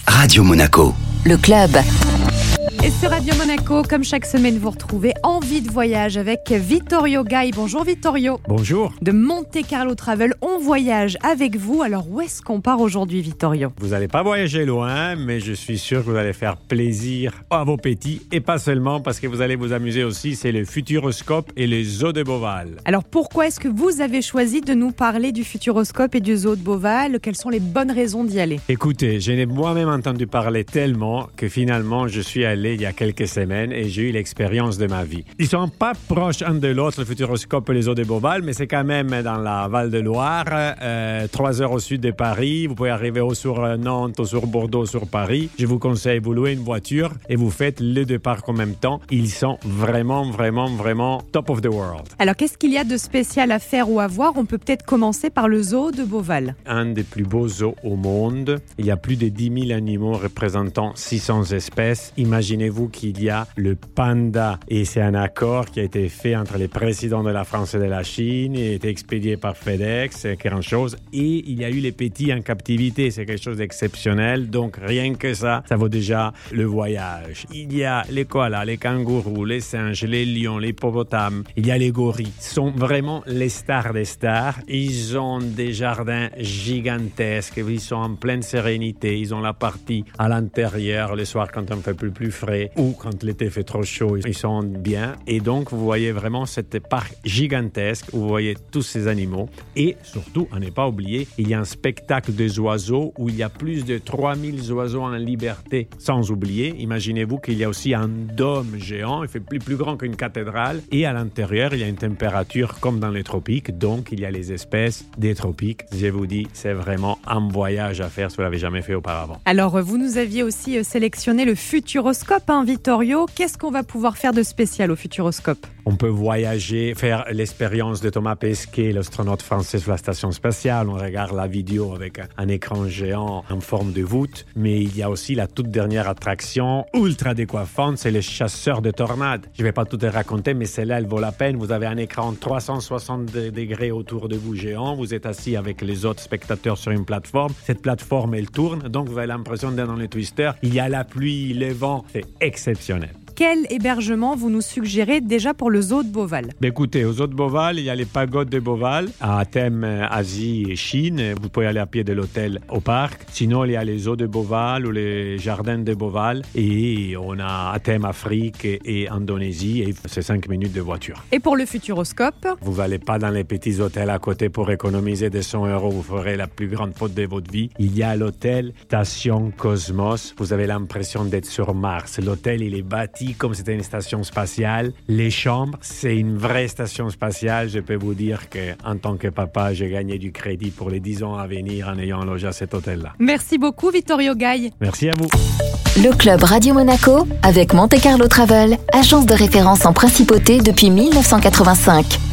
Radio Monaco. Le club. Et sur Radio Monaco, comme chaque semaine, vous retrouvez Envie de voyage avec Vittorio Gay. Bonjour Vittorio. Bonjour. De Monte Carlo Travel, on voyage avec vous. Alors où est-ce qu'on part aujourd'hui, Vittorio ? Vous n'allez pas voyager loin, mais je suis sûr que vous allez faire plaisir à vos petits. Et pas seulement, parce que vous allez vous amuser aussi, c'est le Futuroscope et les zoos de Beauval. Alors pourquoi est-ce que vous avez choisi de nous parler du Futuroscope et du zoo de Beauval ? Quelles sont les bonnes raisons d'y aller ? Écoutez, je n'ai moi-même entendu parler tellement que finalement, je suis allé il y a quelques semaines et j'ai eu l'expérience de ma vie. Ils sont pas proches un de l'autre, le Futuroscope et les zoos de Beauval, mais c'est quand même dans la Val-de-Loire, 3 heures au sud de Paris. Vous pouvez arriver ou sur Nantes, ou sur Bordeaux, ou sur Paris. Je vous conseille, vous louez une voiture et vous faites les deux parcs en même temps. Ils sont vraiment top of the world. Alors qu'est-ce qu'il y a de spécial à faire ou à voir ? On peut peut-être commencer par le zoo de Beauval. Un des plus beaux zoos au monde. Il y a plus de 10 000 animaux représentant 600 espèces. Imaginez-vous qu'il y a le panda et c'est un accord qui a été fait entre les présidents de la France et de la Chine et a été expédié par FedEx, c'est grand chose. Et il y a eu les petits en captivité, c'est quelque chose d'exceptionnel. Donc rien que ça vaut déjà le voyage. Il y a les koalas, les kangourous, les singes, les lions, les hippopotames. Il y a les gorilles. Ce sont vraiment les stars des stars. Ils ont des jardins gigantesques. Ils sont en pleine sérénité. Ils ont la partie à l'intérieur le soir quand on fait plus frais ou quand l'été fait trop chaud. Ils sont bien. Et donc, vous voyez vraiment cette parc gigantesque où vous voyez tous ces animaux. Et surtout, à ne pas oublier, il y a un spectacle des oiseaux où il y a plus de 3000 oiseaux en liberté. Sans oublier, imaginez-vous qu'il y a aussi un dôme géant. Il fait plus grand qu'une cathédrale. Et à l'intérieur, il y a une température comme dans les tropiques. Donc, il y a les espèces des tropiques. Je vous dis, c'est vraiment un voyage à faire si vous ne l'avez jamais fait auparavant. Alors, vous nous aviez aussi sélectionné le Futuroscope, Vittorio. Qu'est-ce qu'on va pouvoir faire de spécial au Futuroscope ? On peut voyager, faire l'expérience de Thomas Pesquet, l'astronaute français sur la station spatiale. On regarde la vidéo avec un écran géant en forme de voûte. Mais il y a aussi la toute dernière attraction ultra décoiffante, c'est les chasseurs de tornades. Je ne vais pas tout te raconter, mais celle-là, elle vaut la peine. Vous avez un écran 360 degrés autour de vous géant. Vous êtes assis avec les autres spectateurs sur une plateforme. Cette plateforme, elle tourne, donc vous avez l'impression d'être dans les twisters. Il y a la pluie, le vent, c'est exceptionnel. Quel hébergement vous nous suggérez déjà pour le zoo de Beauval ? Écoutez, au zoo de Beauval, il y a les pagodes de Beauval, à thème Asie et Chine. Vous pouvez aller à pied de l'hôtel au parc. Sinon, il y a les zoos de Beauval ou les jardins de Beauval. Et on a à thème Afrique et Indonésie. Et c'est 5 minutes de voiture. Et pour le Futuroscope ? Vous n'allez pas dans les petits hôtels à côté pour économiser des 100 €. Vous ferez la plus grande faute de votre vie. Il y a l'hôtel Station Cosmos. Vous avez l'impression d'être sur Mars. L'hôtel, il est bâti comme c'était une station spatiale. Les chambres, c'est une vraie station spatiale. Je peux vous dire qu'en tant que papa, j'ai gagné du crédit pour les 10 ans à venir en ayant logé à cet hôtel-là. Merci beaucoup, Vittorio Gay. Merci à vous. Le club Radio Monaco avec Monte Carlo Travel, agence de référence en principauté depuis 1985.